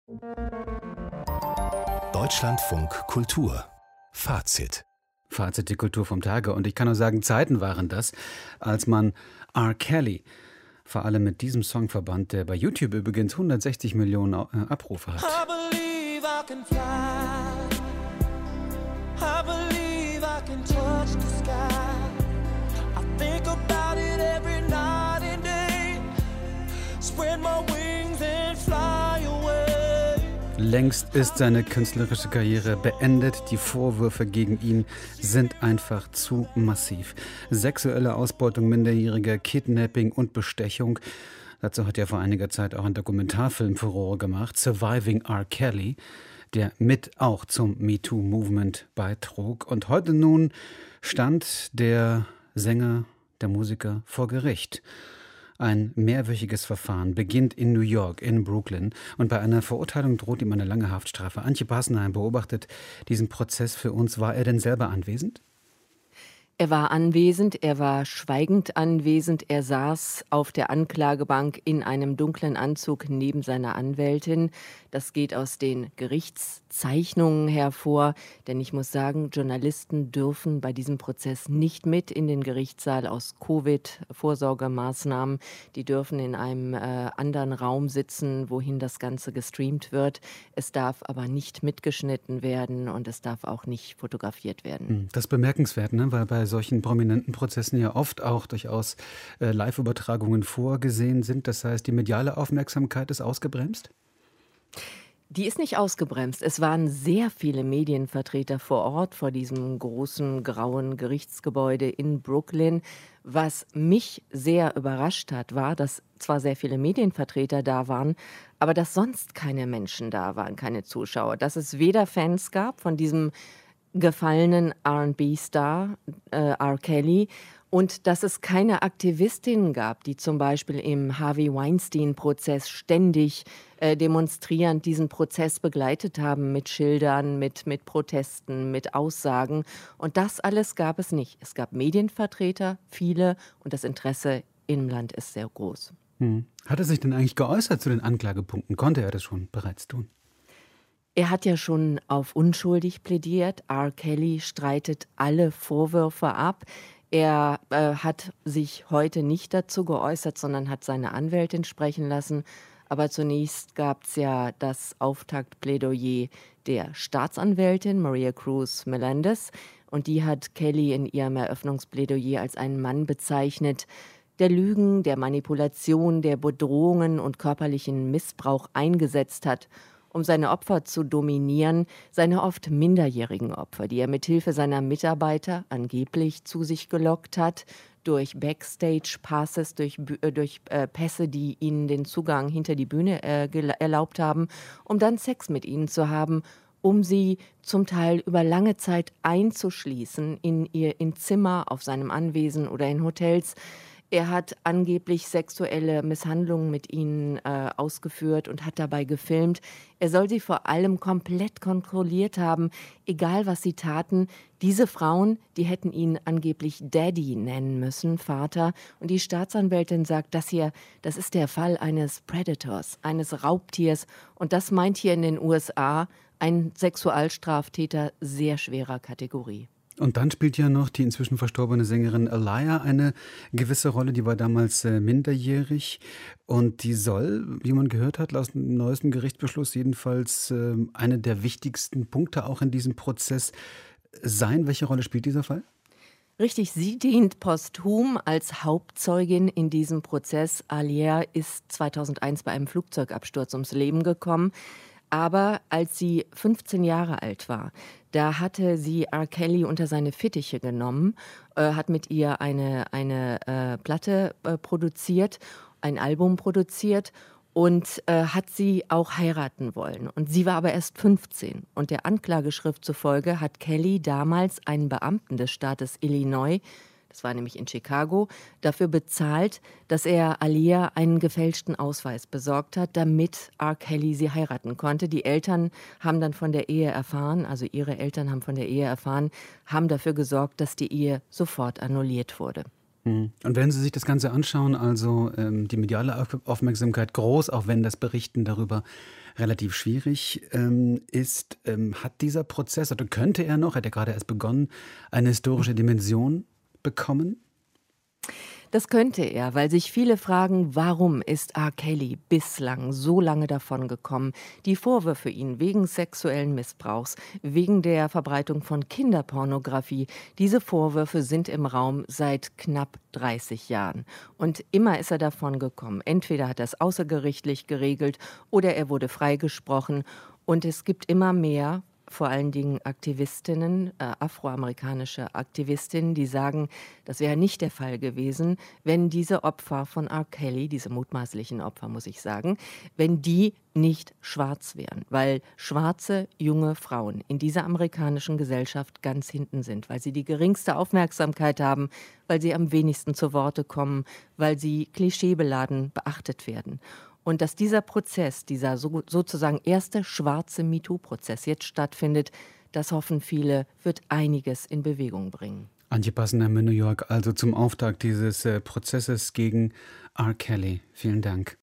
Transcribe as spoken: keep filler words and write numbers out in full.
Deutschlandfunk Kultur. Fazit. Fazit, die Kultur vom Tage. Und ich kann nur sagen, Zeiten waren das, als man R. Kelly vor allem mit diesem Song verband, der bei YouTube übrigens hundertsechzig Millionen Abrufe hat. I believe I can fly. I believe I can touch the sky. I think about it every night and day. Spread my wings and fly away. Längst ist seine künstlerische Karriere beendet. Die Vorwürfe gegen ihn sind einfach zu massiv. Sexuelle Ausbeutung Minderjähriger, Kidnapping und Bestechung. Dazu hat er vor einiger Zeit auch ein Dokumentarfilm Furore gemacht, Surviving R. Kelly, der mit auch zum MeToo-Movement beitrug. Und heute nun stand der Sänger, der Musiker vor Gericht. Ein mehrwöchiges Verfahren beginnt in New York, in Brooklyn. Und bei einer Verurteilung droht ihm eine lange Haftstrafe. Antje Passenheim beobachtet diesen Prozess für uns. War er denn selber anwesend? Er war anwesend, er war schweigend anwesend. Er saß auf der Anklagebank in einem dunklen Anzug neben seiner Anwältin. Das geht aus den Gerichtszeichnungen hervor. Denn ich muss sagen, Journalisten dürfen bei diesem Prozess nicht mit in den Gerichtssaal aus Covid-Vorsorgemaßnahmen. Die dürfen in einem äh, anderen Raum sitzen, wohin das Ganze gestreamt wird. Es darf aber nicht mitgeschnitten werden und es darf auch nicht fotografiert werden. Das ist bemerkenswert, ne? Weil bei solchen prominenten Prozessen ja oft auch durchaus äh, Live-Übertragungen vorgesehen sind. Das heißt, die mediale Aufmerksamkeit ist ausgebremst? Die ist nicht ausgebremst. Es waren sehr viele Medienvertreter vor Ort, vor diesem großen grauen Gerichtsgebäude in Brooklyn. Was mich sehr überrascht hat, war, dass zwar sehr viele Medienvertreter da waren, aber dass sonst keine Menschen da waren, keine Zuschauer. Dass es weder Fans gab von diesem gefallenen R und B-Star äh, R. Kelly und dass es keine Aktivistinnen gab, die zum Beispiel im Harvey Weinstein-Prozess ständig äh, demonstrierend diesen Prozess begleitet haben mit Schildern, mit, mit Protesten, mit Aussagen. Und das alles gab es nicht. Es gab Medienvertreter, viele, und das Interesse im Land ist sehr groß. Hm. Hat er sich denn eigentlich geäußert zu den Anklagepunkten? Konnte er das schon bereits tun? Er hat ja schon auf unschuldig plädiert. R. Kelly streitet alle Vorwürfe ab. Er äh, hat sich heute nicht dazu geäußert, sondern hat seine Anwältin sprechen lassen. Aber zunächst gab es ja das Auftaktplädoyer der Staatsanwältin Maria Cruz Melendez. Und die hat Kelly in ihrem Eröffnungsplädoyer als einen Mann bezeichnet, der Lügen, der Manipulation, der Bedrohungen und körperlichen Missbrauch eingesetzt hat, um seine Opfer zu dominieren, seine oft minderjährigen Opfer, die er mithilfe seiner Mitarbeiter angeblich zu sich gelockt hat, durch Backstage-Passes, durch, äh, durch äh, Pässe, die ihnen den Zugang hinter die Bühne äh, erlaubt haben, um dann Sex mit ihnen zu haben, um sie zum Teil über lange Zeit einzuschließen in ihr in Zimmer, auf seinem Anwesen oder in Hotels. Er hat angeblich sexuelle Misshandlungen mit ihnen äh, ausgeführt und hat dabei gefilmt. Er soll sie vor allem komplett kontrolliert haben, egal was sie taten. Diese Frauen, die hätten ihn angeblich Daddy nennen müssen, Vater. Und die Staatsanwältin sagt, das hier, das ist der Fall eines Predators, eines Raubtiers. Und das meint hier in den U S A ein Sexualstraftäter sehr schwerer Kategorie. Und dann spielt ja noch die inzwischen verstorbene Sängerin Alaya eine gewisse Rolle. Die war damals äh, minderjährig und die soll, wie man gehört hat, laut dem neuesten Gerichtsbeschluss jedenfalls äh, eine der wichtigsten Punkte auch in diesem Prozess sein. Welche Rolle spielt dieser Fall? Richtig, sie dient posthum als Hauptzeugin in diesem Prozess. Alaya ist zweitausendeins bei einem Flugzeugabsturz ums Leben gekommen. Aber als sie fünfzehn Jahre alt war, da hatte sie R. Kelly unter seine Fittiche genommen, äh, hat mit ihr eine, eine äh, Platte äh, produziert, ein Album produziert und äh, hat sie auch heiraten wollen. Und sie war aber erst fünfzehn. Und der Anklageschrift zufolge hat Kelly damals einen Beamten des Staates Illinois, das war nämlich in Chicago, dafür bezahlt, dass er Alaya einen gefälschten Ausweis besorgt hat, damit R. Kelly sie heiraten konnte. Die Eltern haben dann von der Ehe erfahren, also ihre Eltern haben von der Ehe erfahren, haben dafür gesorgt, dass die Ehe sofort annulliert wurde. Und wenn Sie sich das Ganze anschauen, also ähm, die mediale Aufmerksamkeit groß, auch wenn das Berichten darüber relativ schwierig ähm, ist, ähm, hat dieser Prozess, oder könnte er noch, hat er gerade erst begonnen, eine historische Dimension bekommen? Das könnte er, weil sich viele fragen, warum ist R. Kelly bislang so lange davon gekommen? Die Vorwürfe ihn wegen sexuellen Missbrauchs, wegen der Verbreitung von Kinderpornografie, diese Vorwürfe sind im Raum seit knapp dreißig Jahren. Und immer ist er davon gekommen. Entweder hat er es außergerichtlich geregelt oder er wurde freigesprochen. Und es gibt immer mehr, vor allen Dingen Aktivistinnen, äh, afroamerikanische Aktivistinnen, die sagen, das wäre nicht der Fall gewesen, wenn diese Opfer von R. Kelly, diese mutmaßlichen Opfer, muss ich sagen, wenn die nicht schwarz wären, weil schwarze junge Frauen in dieser amerikanischen Gesellschaft ganz hinten sind, weil sie die geringste Aufmerksamkeit haben, weil sie am wenigsten zu Worte kommen, weil sie klischeebeladen beachtet werden. Und dass dieser Prozess, dieser so, sozusagen erste schwarze MeToo-Prozess jetzt stattfindet, das hoffen viele, wird einiges in Bewegung bringen. Antje Passenheim in New York, also zum Auftakt dieses äh, Prozesses gegen R. Kelly. Vielen Dank.